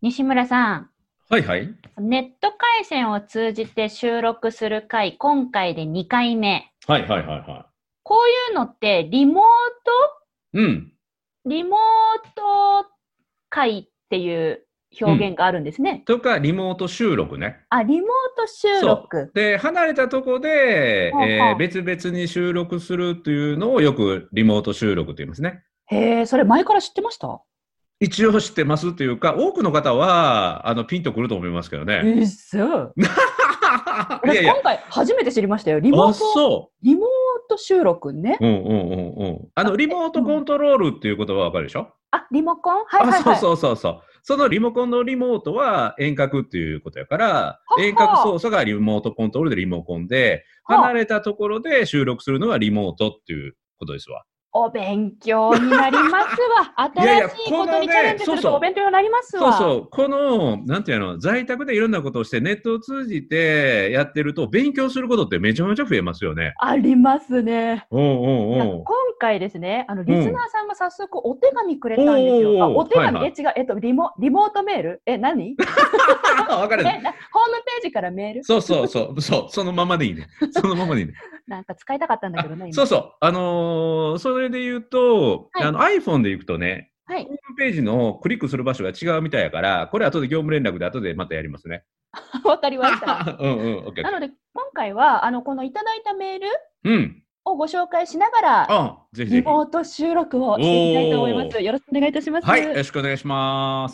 西村さん、 はいはい。 ネット回線を通じて収録する回、今回で2回目。 はいはいはいはこういうのってい。うん。 リモート回っていううん。 表現があるんですね。 とか、リモート収録ね。 あ、リモート収そ録。 う。で、離れたとこで、 はあはあ、 別々に収録するというのをよくリモート収録と言いますね。 へえ、それ前から知ってました？ 一応知ってますというか、多くの方は、ピンとくると思いますけどね。 そう。 いやいや、 私今回初めて知りましたよ。 あ、そリモート収録ね。 う。うんうんうんうん。リモートコうん、 ントロールっていう言葉はわかるでしょ？ あ、リモコン、はいあ、 はいはい。 そうそうそうそう。そのリモコンのリモートは遠隔っていうことやから、 は遠隔操は作がリモートコントロールでリモコンで、離は。 れたところで収録するのがリモートっていうことですわ。 お勉強になりますわ。 いやいや、 新しいことにチャレンジするとお勉強になりますわ。 この、なんていうの、在宅でいろんなことをしてネットを通じてやってると、勉強することってめちゃめちゃ増えますよね。 ありますね。 おういや、 おうおう。 今回ですね、リスナうん。 ーさんが早速お手紙くれおうたんですよ。あ、 おうおう。 お手紙、 はいはい。 違う、リモートメール何わかる。 ホームページからメール。 そうそうそう。そう。そのままでいいね。そのままでいいね。 なんか使いたかったんだけどね、今。 そうそう。それで言うと、 はい。 iPhone で行くとね、 はい。 ホームページのクリックする場所が違うみたいやから、これ後で業務連絡で後でまたやりますね。 わかりました。 うんうん、オッケーオッケなので、今回は、このいただいたメールー。うん。 をご紹介しながら、 ぜひぜひ。 リモート収録をしていきたいと思いまおー。 す。よろしくお願いいたします。 はい、よろしくお願いします。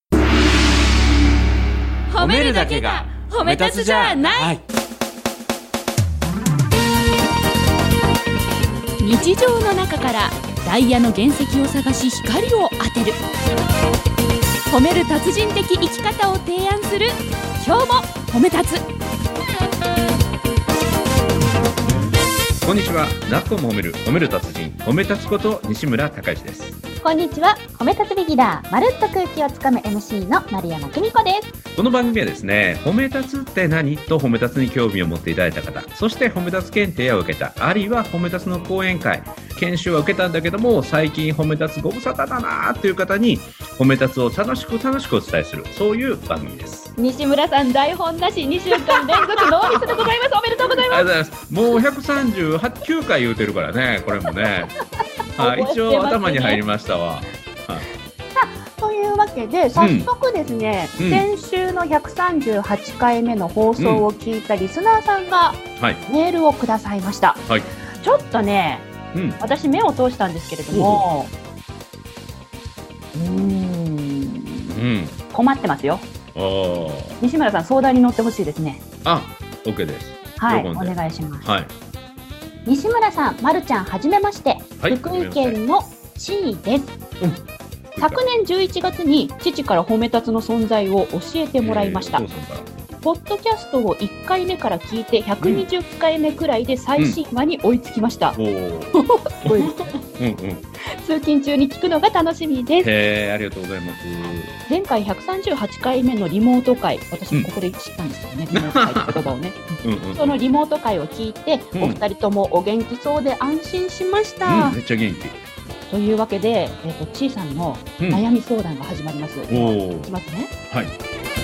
褒めるだけが褒め立つじゃない。日常の中からダイヤの原石を探し光を当てる、褒める達人的生き方を提案する、今日も褒め立つ。 こんにちは。なっこも褒める達人、褒め立つこと西村孝之です。 こんにちは。褒め立つビギナー、まるっと空気をつかむ MC の丸山久美子です。 この番組はですね、褒め立つって何と褒め立つに興味を持っていただいた方、そして褒め立つ検定を受けた、あるいは褒め立つの講演会、研修は受けたんだけども、最近褒め立つご無沙汰だなという方に、褒め立つを楽しくお伝えする、そういう番組です。 西村さん、台本なし2週間連続ノーミスでございます。おめでとうございます。 ありがとうございます。もう139回言うてるからね、これもね。一応頭に入りましたわ。 というわけで、早速ですね、先週の138回目の放送を聞いたリスナーさんがメールをくださいました。 はい、 ちょっとね、私目を通したんですけれども、困ってますよ。西村さん、相談に乗ってほしいですね。 OK です。 はい、お願いします。 はい、 西村さん、まるちゃん、はじめまして。福井県の C です。昨年11月に父から褒め立つの存在を教えてもらいました。ポッドキャストを1回目から聞いて120回目くらいで最新話に追いつきました。すごい通勤中に聞くのが楽しみです。 ありがとうございます。 前回138回目のリモート会、私もここで知ったんですよね、リモート会って言葉をね。そのリモート会を聞いて、お二人ともお元気そうで安心しました。 めっちゃ元気。 というわけで、ちいさんの悩み相談が始まります。いきますね。 はい。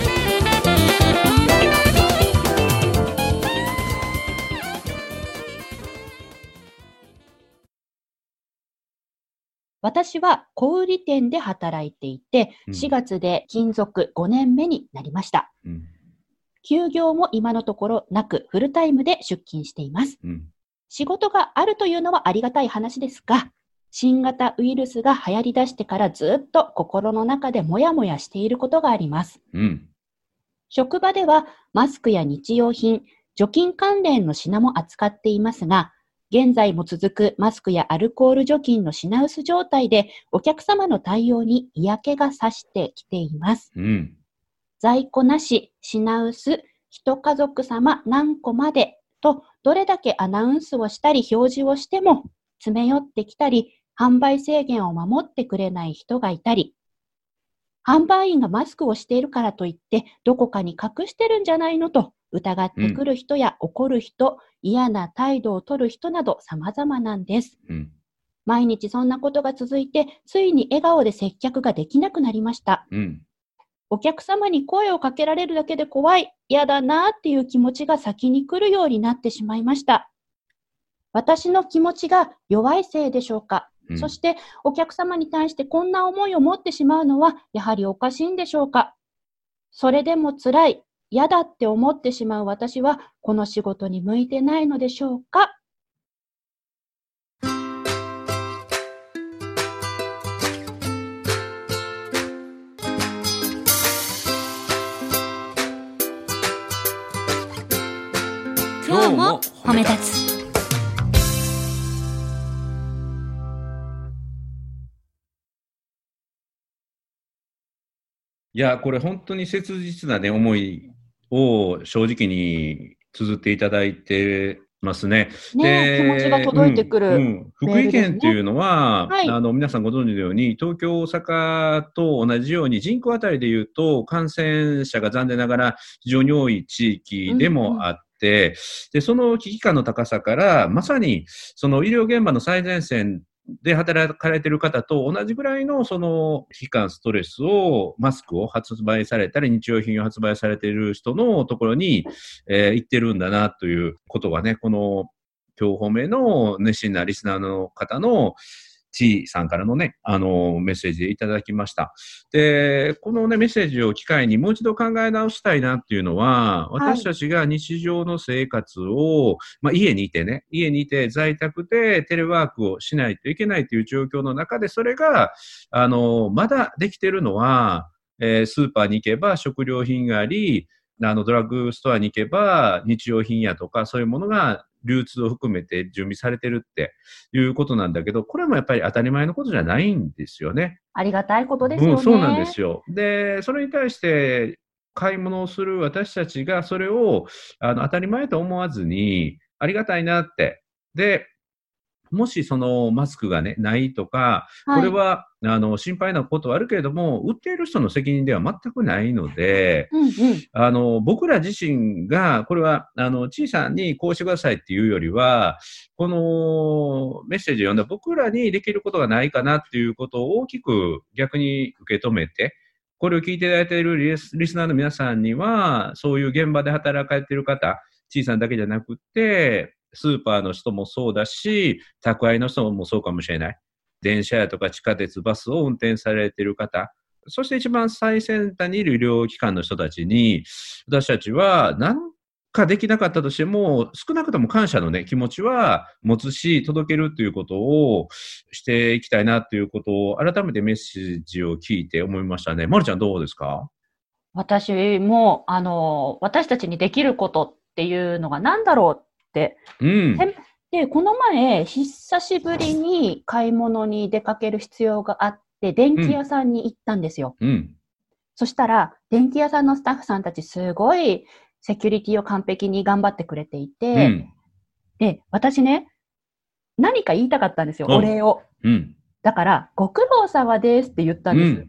私は小売店で働いていて、4月で勤続5年目になりました。休業も今のところなく、フルタイムで出勤しています。仕事があるというのはありがたい話ですが、新型ウイルスが流行り出してからずっと心の中でモヤモヤしていることがあります。職場ではマスクや日用品、除菌関連の品も扱っていますが、現在も続くマスクやアルコール除菌の品薄状態でお客様の対応に嫌気がさしてきています。在庫なし、品薄、一家族様何個までとどれだけアナウンスをしたり表示をしても詰め寄ってきたり、販売制限を守ってくれない人がいたり、販売員がマスクをしているからといってどこかに隠してるんじゃないのと疑ってくる人や怒る人、嫌な態度を取る人など様々なんです。毎日そんなことが続いて、ついに笑顔で接客ができなくなりました。 お客様に声をかけられるだけで怖い、嫌だなっていう気持ちが先に来るようになってしまいました。私の気持ちが弱いせいでしょうか、そしてお客様に対してこんな思いを持ってしまうのはやはりおかしいんでしょうか。それでも辛い、嫌だって思ってしまう私はこの仕事に向いてないのでしょうか。 今日も褒め立つ。 いや、これ本当に切実なね、思いを正直に綴っていただいてますね。 ね、気持ちが届いてくる、 福井県っていうのは、 はい、 皆さんご存知のように、東京、大阪と同じように人口あたりでいうと、感染者が残念ながら非常に多い地域でもあって、で、その危機感の高さから、まさにその医療現場の最前線で働かれている方と同じぐらいのその危機感、ストレスを、マスクを発売されたり、日用品を発売されている人のところに、行ってるんだなということがね、この今日褒めの熱心なリスナーの方のT さんからのね、メッセージでいただきました。で、このね、メッセージを機会にもう一度考え直したいなっていうのは、私たちが日常の生活を、家にいて在宅でテレワークをしないといけないという状況の中で、それが、まだできているのは、スーパーに行けば食料品があり、ドラッグストアに行けば日用品やとかそういうものが流通を含めて準備されてるっていうことなんだけど、これもやっぱり当たり前のことじゃないんですよね。 ありがたいことですよね。 そうなんですよ。で、それに対して買い物をする私たちがそれを当たり前と思わずにありがたいなって。で、もしそのマスクがね、ないとか、これは、心配なことはあるけれども、売っている人の責任では全くないので、僕ら自身が、これは、小さにこうしてくださいっていうよりは、このメッセージを読んだ僕らにできることがないかなっていうことを大きく逆に受け止めて、これを聞いていただいているリスナーの皆さんには、そういう現場で働かれている方、小さんだけじゃなくて、スーパーの人もそうだし、宅配の人もそうかもしれない。電車やとか地下鉄、バスを運転されている方、そして一番最先端にいる医療機関の人たちに、私たちは何かできなかったとしても、少なくとも感謝のね、気持ちは持つし、届けるということをしていきたいなということを、改めてメッセージを聞いて思いましたね。まるちゃんどうですか？ 私も、私たちにできることっていうのが何だろうって、で、この前、久しぶりに買い物に出かける必要があって、電気屋さんに行ったんですよ。そしたら、電気屋さんのスタッフさんたち、すごいセキュリティを完璧に頑張ってくれていて、で、私ね、何か言いたかったんですよ、お礼を。だから、ご苦労様ですって言ったんです。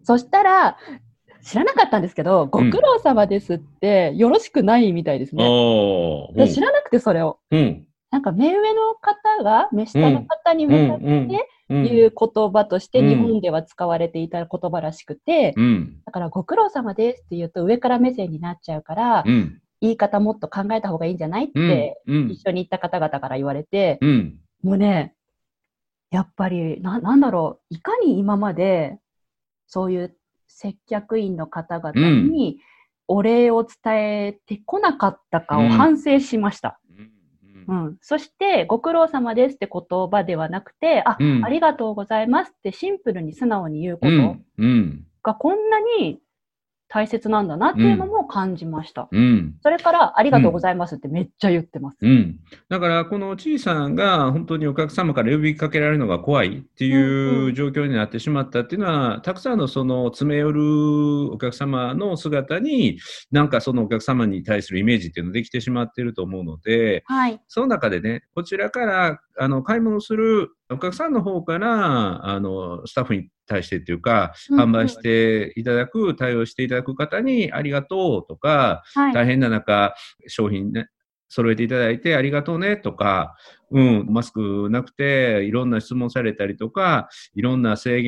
そしたら、知らなかったんですけど、ご苦労様ですってよろしくないみたいですね。知らなくてそれを。なんか目上の方が目下の方に向かって言う言葉として日本では使われていた言葉らしくて、だからご苦労様ですって言うと上から目線になっちゃうから、言い方もっと考えた方がいいんじゃないって一緒に行った方々から言われて、もうね、やっぱりなんだろう、いかに今までそういう接客員の方々にお礼を伝えてこなかったかを反省しました。そして、ご苦労様ですって言葉ではなくて、ありがとうございますってシンプルに素直に言うことがこんなに大切なんだなっていうのも感じました。それから、ありがとうございますってめっちゃ言ってます。 だから、このちいさんが本当にお客様から呼びかけられるのが怖いっていう状況になってしまったっていうのは、たくさんのその詰め寄るお客様の姿に、なんかそのお客様に対するイメージっていうのができてしまっていると思うので、その中でね、こちらから買い物するお客さんの方からスタッフに対してっていうか、販売していただく、対応していただく方にありがとうとか、大変な中、商品ね、揃えていただいてありがとうねとか、マスクなくていろんな質問されたりとか、いろんな制限をね、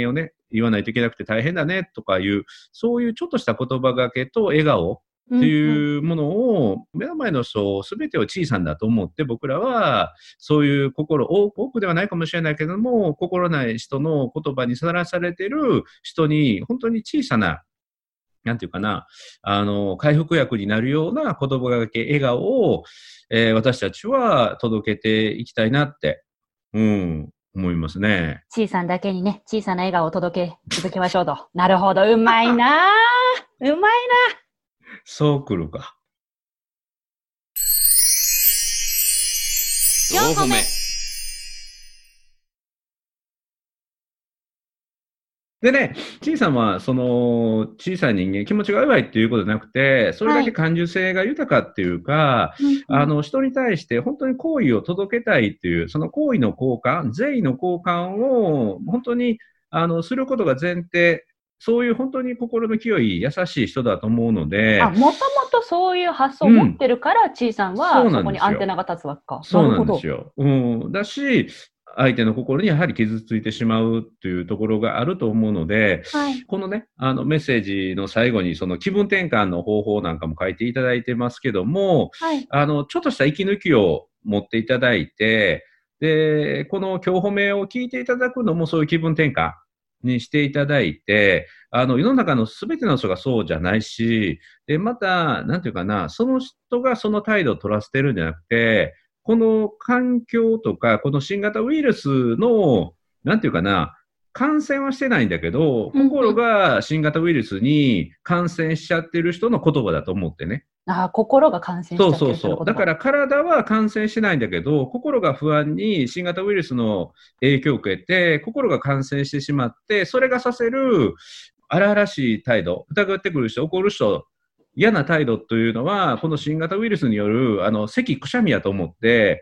言わないといけなくて大変だねとかいう、そういうちょっとした言葉がけと笑顔っていうものを、目の前の人全てを小さなだと思って、僕らはそういう心、多くではないかもしれないけども、心ない人の言葉にさらされてる人に、本当に小さな、なんていうかな、回復薬になるような言葉がけ、笑顔を、私たちは届けていきたいなって、思いますね。 小さんだけにね、小さな笑顔を届け続けましょうと。なるほど、うまいなうまいな。 そう来るか。 4個目。 でね、小さんは、その、小さい人間、気持ちが弱いっていうことじゃなくて、それだけ感受性が豊かっていうか、人に対して本当に好意を届けたいっていう、その好意の交換、善意の交換を、本当に、することが前提、そういう本当に心の清い、優しい人だと思うので。 もともとそういう発想を持ってるから、小さんはそこにアンテナが立つわけか。 そうなんですよ。だし、相手の心にやはり傷ついてしまうというところがあると思うので、このね、メッセージの最後にその気分転換の方法なんかも書いていただいてますけども、ちょっとした息抜きを持っていただいて、で、この今日褒めを聞いていただくのもそういう気分転換にしていただいて、世の中の全ての人がそうじゃないし、で、また、なんていうかな、その人がその態度を取らせてるんじゃなくて、この環境とか、この新型ウイルスの、なんていうかな、感染はしてないんだけど、心が新型ウイルスに感染しちゃってる人の言葉だと思ってね。 心が感染しちゃってる人の言葉。 そう。だから体は感染してないんだけど、心が不安に新型ウイルスの影響を受けて、心が感染してしまって、それがさせる荒々しい態度、疑ってくる人、怒る人、嫌な態度というのは、この新型ウイルスによる、咳、くしゃみやと思って、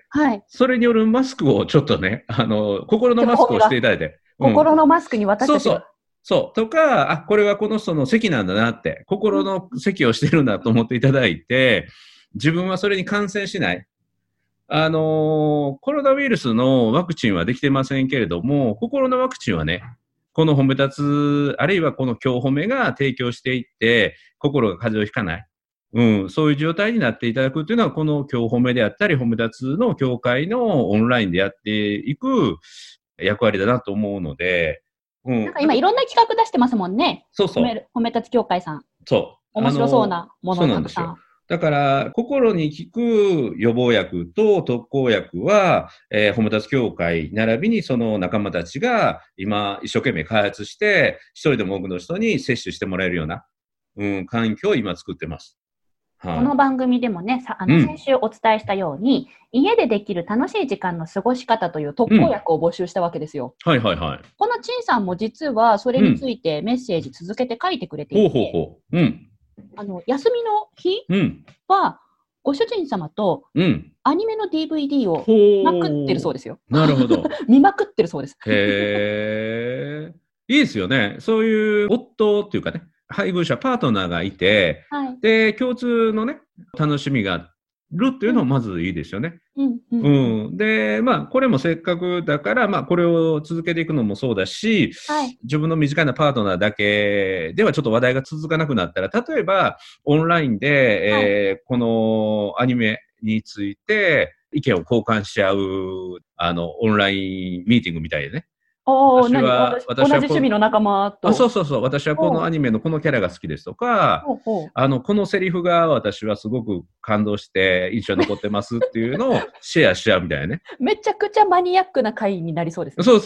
それによるマスクをちょっとね、心のマスクをしていただいて。 心のマスクに私たちが。 そう。とか、これはこの人の咳なんだなって、心の咳をしてるんだと思っていただいて、自分はそれに感染しない。コロナウイルスのワクチンはできてませんけれども、心のワクチンはね、この褒め立つ、あるいはこの今日褒めが提供していって、心が風邪をひかない。そういう状態になっていただくというのは、この今日褒めであったり、褒め立つの協会のオンラインでやっていく役割だなと思うので、 なんか今いろんな企画出してますもんね。 そう。 褒め立つ協会さん。 そう。 面白そうなものをたくさん。だから、心に効く予防薬と特効薬は、褒め立つ協会並びにその仲間たちが今一生懸命開発して、一人でも多くの人に接種してもらえるような、環境を今作ってます。 この番組でもね、先週お伝えしたように、家でできる楽しい時間の過ごし方という特効薬を募集したわけですよ。 このちんさんも実はそれについてメッセージ続けて書いてくれていて、休みの日は、ご主人様とアニメの DVD を見まくってるそうですよ。 なるほど。 見まくってるそうです。 へー。いいですよね。そういう夫っていうかね、配偶者、パートナーがいて、で、共通のね、楽しみがあるっていうのもまずいいですよね。で、これもせっかくだから、これを続けていくのもそうだし、自分の身近なパートナーだけではちょっと話題が続かなくなったら、例えば、オンラインで、このアニメについて意見を交換し合う、オンラインミーティングみたいでね。 同じ趣味の仲間と。 そう。私はこのアニメのこのキャラが好きですとか、このセリフが私はすごく感動して印象に残ってますっていうのをシェアしちゃうみたいなね。 めちゃくちゃマニアックな回になりそうですね。 そう。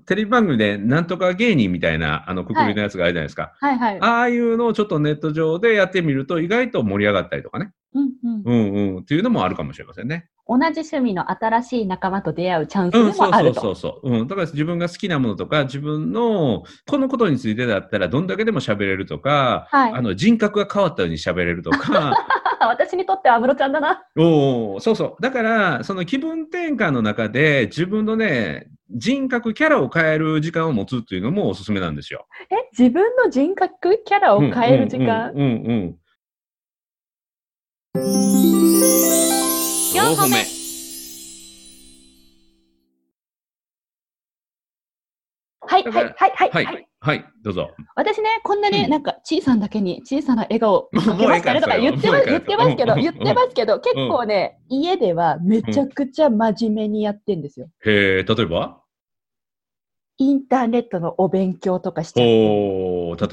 テレビ番組でなんとか芸人みたいなくくりのやつがあるじゃないですか。ああいうのをちょっとネット上でやってみると意外と盛り上がったりとかね。っていうのもあるかもしれませんね。 同じ趣味の新しい仲間と出会うチャンスでもあると。 だから自分が好きなものとか、自分のこのことについてだったらどんだけでも喋れるとか、人格が変わったように喋れるとか。 私にとっては安室ちゃんだな。 そう。だから、その気分転換の中で自分のね、人格、キャラを変える時間を持つっていうのもおすすめなんですよ。 自分の人格、キャラを変える時間 4歩目。 ははいはいはいはいはい。 はい、どうぞ。 私ね、こんなね、なんか、小さなだけに小さな笑顔かけもうますかねとか言ってますけど、結構ね、家ではめちゃくちゃ真面目にやってんですよ。 へえ、例えばインターネットのお勉強とかしちゃって、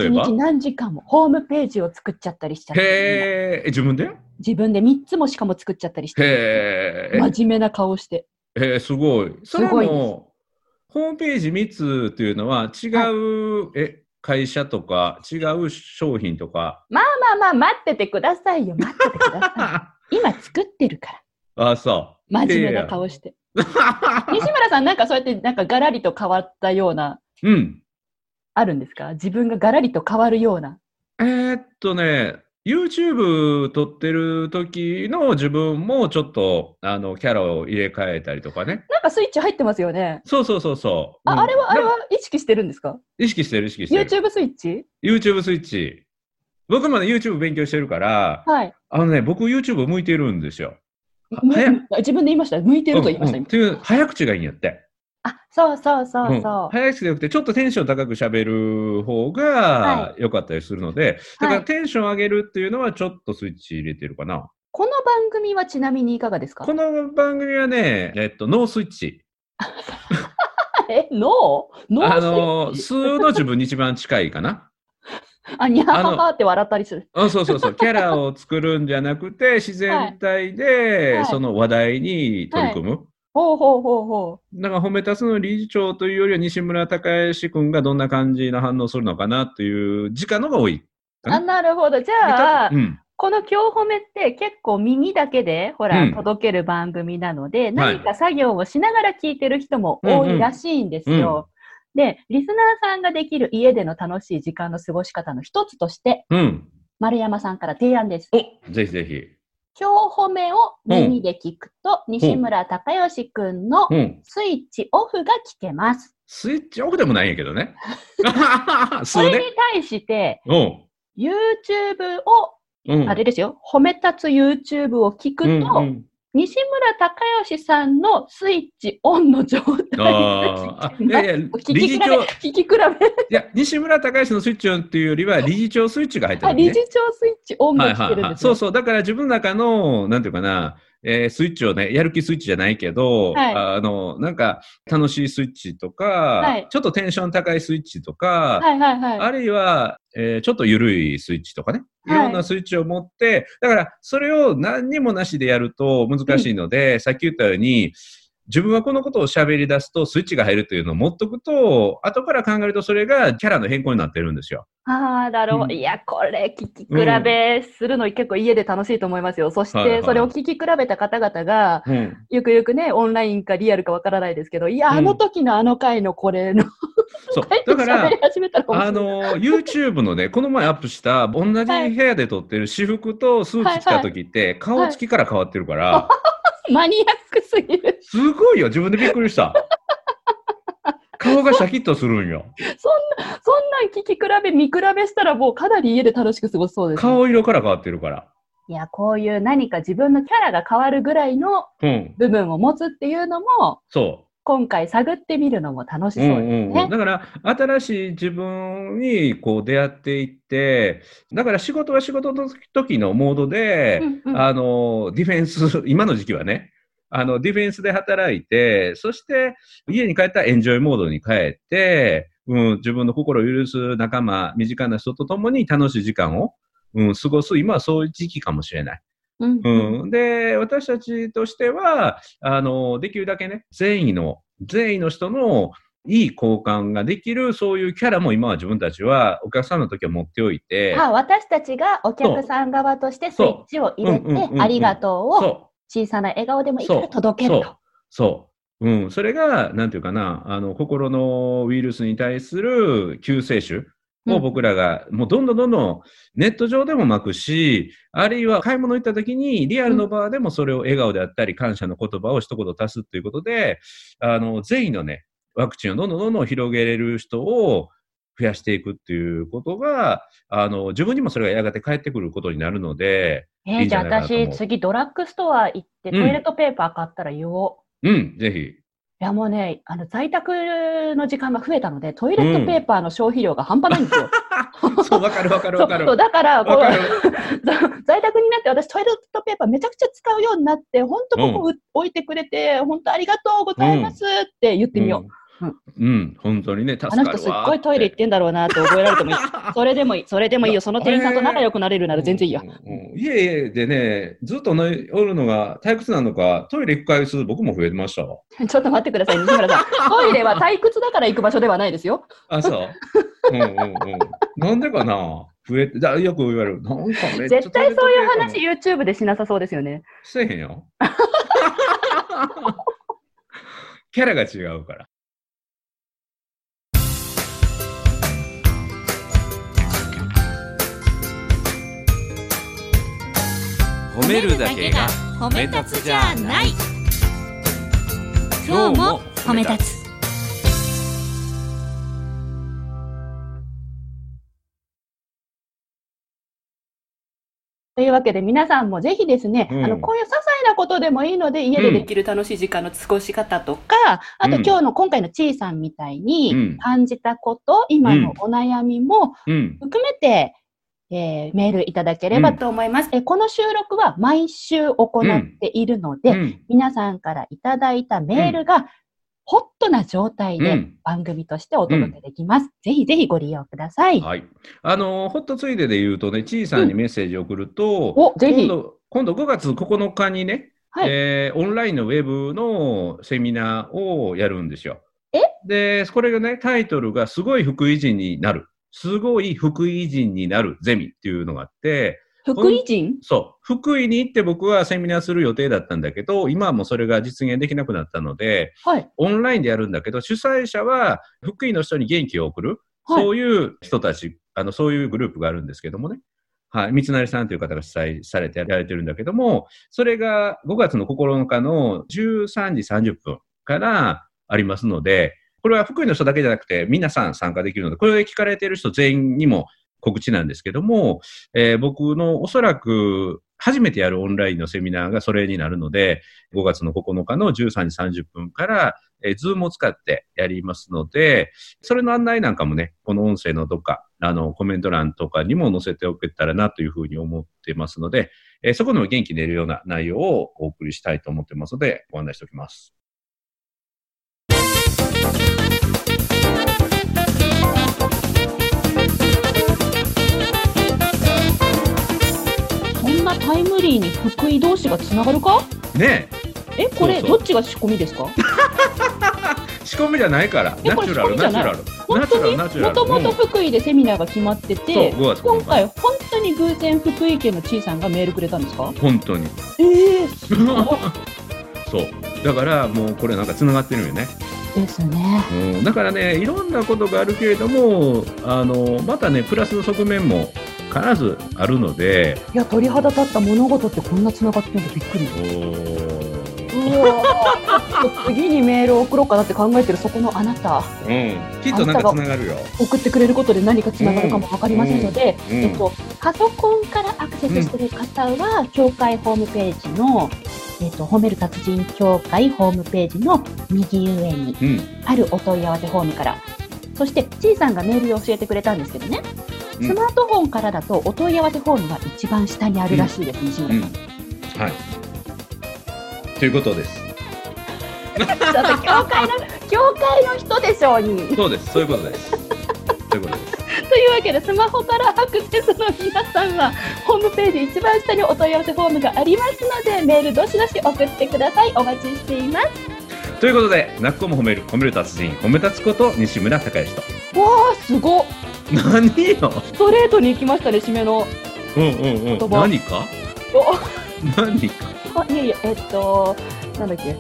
例えば 1日何時間もホームページを作っちゃったりしちゃって。 へえ、自分で 3つもしかも作っちゃったりして。 へえ。 真面目な顔して。 すごい。 すごいです。 ホームページ3つっていうのは違う、会社とか違う商品とか。 まあ、待っててくださいよ。待っててください。今作ってるから。 あ、そう。 真面目な顔して。西村さん、なんかそうやってなんかガラリと変わったような、あるんですか？自分がガラリと変わるような。 YouTube 撮ってる時の自分もちょっとキャラを入れ替えたりとかね。 なんかスイッチ入ってますよね。 そう。 あれは意識してるんですか？ 意識してる。 YouTube スイッチ？ YouTube スイッチ。僕まで YouTube 勉強してるから、 はい。 僕 YouTube 向いてるんですよ。 自分で言いました。向いてると言いました。 っていう、早口がいいんやって。 そう。 早口でよくて、ちょっとテンション高く喋る方が良かったりするので、だからテンション上げるっていうのはちょっとスイッチ入れてるかな。 この番組はちなみにいかがですか？ この番組はね、ノースイッチ。 ノー数の自分に一番近いかな。 にゃははって笑ったりする。 そう。キャラを作るんじゃなくて、自然体で、その話題に取り組む。 ほう。 だから褒め立つの理事長というよりは西村孝之君がどんな感じの反応するのかなという直のが多い。 なるほど。じゃあ、この今日褒めって結構耳だけで、届ける番組なので、何か作業をしながら聞いてる人も多いらしいんですよ。で、リスナーさんができる家での楽しい時間の過ごし方の一つとして、丸山さんから提案です。 ぜひぜひ。 今日褒めを耳で聞くと、西村孝義くんのスイッチオフが聞けます。 スイッチオフでもないんやけどね。 それに対して、YouTube を、あれですよ、褒め立つ YouTube を聞くと、西村孝義さんのスイッチオンの状態が聞き比べ。 いや、西村孝義のスイッチオンっていうよりは、理事長スイッチが入ってる、ね。 理事長スイッチオンが来てるんですよ。 そう。だから自分の中の、なんていうかな、スイッチをね、やる気スイッチじゃないけど、なんか楽しいスイッチとか、ちょっとテンション高いスイッチとか、あるいは、ちょっと緩いスイッチとかね、いろんなスイッチを持って、だからそれを何にもなしでやると難しいので、さっき言ったように、自分はこのことを喋り出すとスイッチが入るというのを持っとくと、後から考えるとそれがキャラの変更になってるんですよ。 なるほど。いや、これ聞き比べするの結構家で楽しいと思いますよ。そして、それを聞き比べた方々が、ゆくゆくね、オンラインかリアルかわからないですけど、いや、あの時のあの回のこれの、 だから、YouTube のね、この前アップした、同じ部屋で撮ってる私服とスーツ着た時って、顔つきから変わってるから、 マニアックすぎる。 すごいよ。自分でびっくりした。顔がシャキッとするんよ。 そんなん聞き比べ、見比べしたらもうかなり家で楽しく過ごそうです、 顔色から変わってるから。 いや、こういう何か自分のキャラが変わるぐらいの部分を持つっていうのも、今回探ってみるのも楽しそうですね。 だから、新しい自分にこう出会っていって、だから仕事は仕事の時のモードで、ディフェンス、今の時期はね、ディフェンスで働いて、そして家に帰ったらエンジョイモードに帰って、自分の心を許す仲間、身近な人と共に楽しい時間を、過ごす、今はそういう時期かもしれない。で、私たちとしては、できるだけね、善意の人のいい交換ができる、そういうキャラも今は自分たちはお客さんの時は持っておいて。 私たちがお客さん側としてスイッチを入れて、ありがとうを小さな笑顔でもいいから届けると。 それが、なんていうかな、心のウイルスに対する救世主を僕らが、もうどんどんネット上でもまくし、あるいは買い物行った時にリアルの場でもそれを笑顔であったり、感謝の言葉を一言足すということで、善意のね、ワクチンをどんどん広げれる人を増やしていくっていうことが、自分にもそれがやがて返ってくることになるので、 じゃあ私、次ドラッグストア行ってトイレットペーパー買ったら言おう。 ぜひ。 いやもうね、在宅の時間が増えたので、トイレットペーパーの消費量が半端ないんですよ。 そう、わかる。 そう、だから、在宅になって私トイレットペーパーめちゃくちゃ使うようになって、本当ここ置いてくれて、本当ありがとうございますって言ってみよう。 本当にね、助かるわ。 あの人すっごいトイレ行ってんだろうなって覚えられてもいい。それでもいいよ。その店員さんと仲良くなれるなら全然いいや。 家でね、ずっとおるのが退屈なのか、トイレ行く回数僕も増えましたわ。 ちょっと待ってください、西村さん。トイレは退屈だから行く場所ではないですよ。 あ、そう。なんでかな、増えて、よく言われる。なんかね、 絶対そういう話 YouTube でしなさそうですよね。 せえへんよ。キャラが違うから。 褒めるだけが褒め立つじゃない。今日も褒め立つ。 というわけで皆さんもぜひですね、こういう些細なことでもいいので家でできる楽しい時間の過ごし方とか、あと今回のちいさんみたいに感じたこと、今のお悩みも含めて、メールいただければと思います。この収録は毎週行っているので、皆さんからいただいたメールがホットな状態で番組としてお届けできます。ぜひぜひご利用ください。 はい。ホットついでで言うとね、ちいさんにメッセージを送ると、 ぜひ今度5月9日にね、オンラインのウェブのセミナーをやるんですよ。で、これがね、タイトルがすごい福井人になる。すごい福井人になるゼミっていうのがあって、 福井人？ そう。福井に行って僕はセミナーする予定だったんだけど、今はもうそれが実現できなくなったので、オンラインでやるんだけど、主催者は福井の人に元気を送る、そういう人たち、そういうグループがあるんですけどもね。はい。三成さんという方が主催されてやられてるんだけども、それが5月の9日の13時30分からありますので、これは福井の人だけじゃなくて皆さん参加できるので、これで聞かれている人全員にも告知なんですけども、僕のおそらく初めてやるオンラインのセミナーがそれになるので、5月の9日の13時30分から、Zoom を使ってやりますので、それの案内なんかもね、この音声のどっか、コメント欄とかにも載せておけたらなというふうに思ってますので、そこでも元気出るような内容をお送りしたいと思ってますので、ご案内しておきます。 そんなタイムリーに福井同士がつながるかねえ。これどっちが仕込みですか？ 仕込みじゃないから。ナチュラル。 本当にもともと福井でセミナーが決まってて、今回本当に偶然福井県のちいさんがメールくれたんですか？ 本当に。 すごい。 そう。だからもうこれなんかつながってるよね。 ですね。 だからね、いろんなことがあるけれども、またね、プラスの側面も必ずあるので。 いや、鳥肌立った物事ってこんなつながってるのびっくり。次にメールを送ろうかなって考えてるそこのあなた。 きっとなんかつながるよ。 送ってくれることで何かつながるかもわかりませんので、パソコンからアクセスしている方は、協会ホームページの褒める達人協会ホームページの右上にあるお問い合わせフォームから、そしてちいさんがメールで教えてくれたんですけどね、スマートフォンからだとお問い合わせフォームが一番下にあるらしいです、西村さん。 はい。ということです。 ちょっと協会の人でしょうに。 そうです。そういうことです。そういうことです。 というわけで、スマホからアクセスの皆さんはホームページ一番下にお問い合わせフォームがありますので、メールどしどし送ってください。お待ちしています。 ということで、泣く子も褒める達人、褒め立つこと西村孝之と。 わー、すごっ。 何よ。 ストレートに行きましたね、締めの言葉。 何か何かいやなんだっけ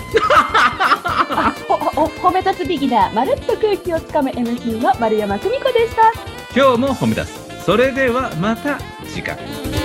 褒め立つビギナー、まるっと空気をつかむ MC の丸山久美子でした。 今日も褒め立つ。それではまた次回。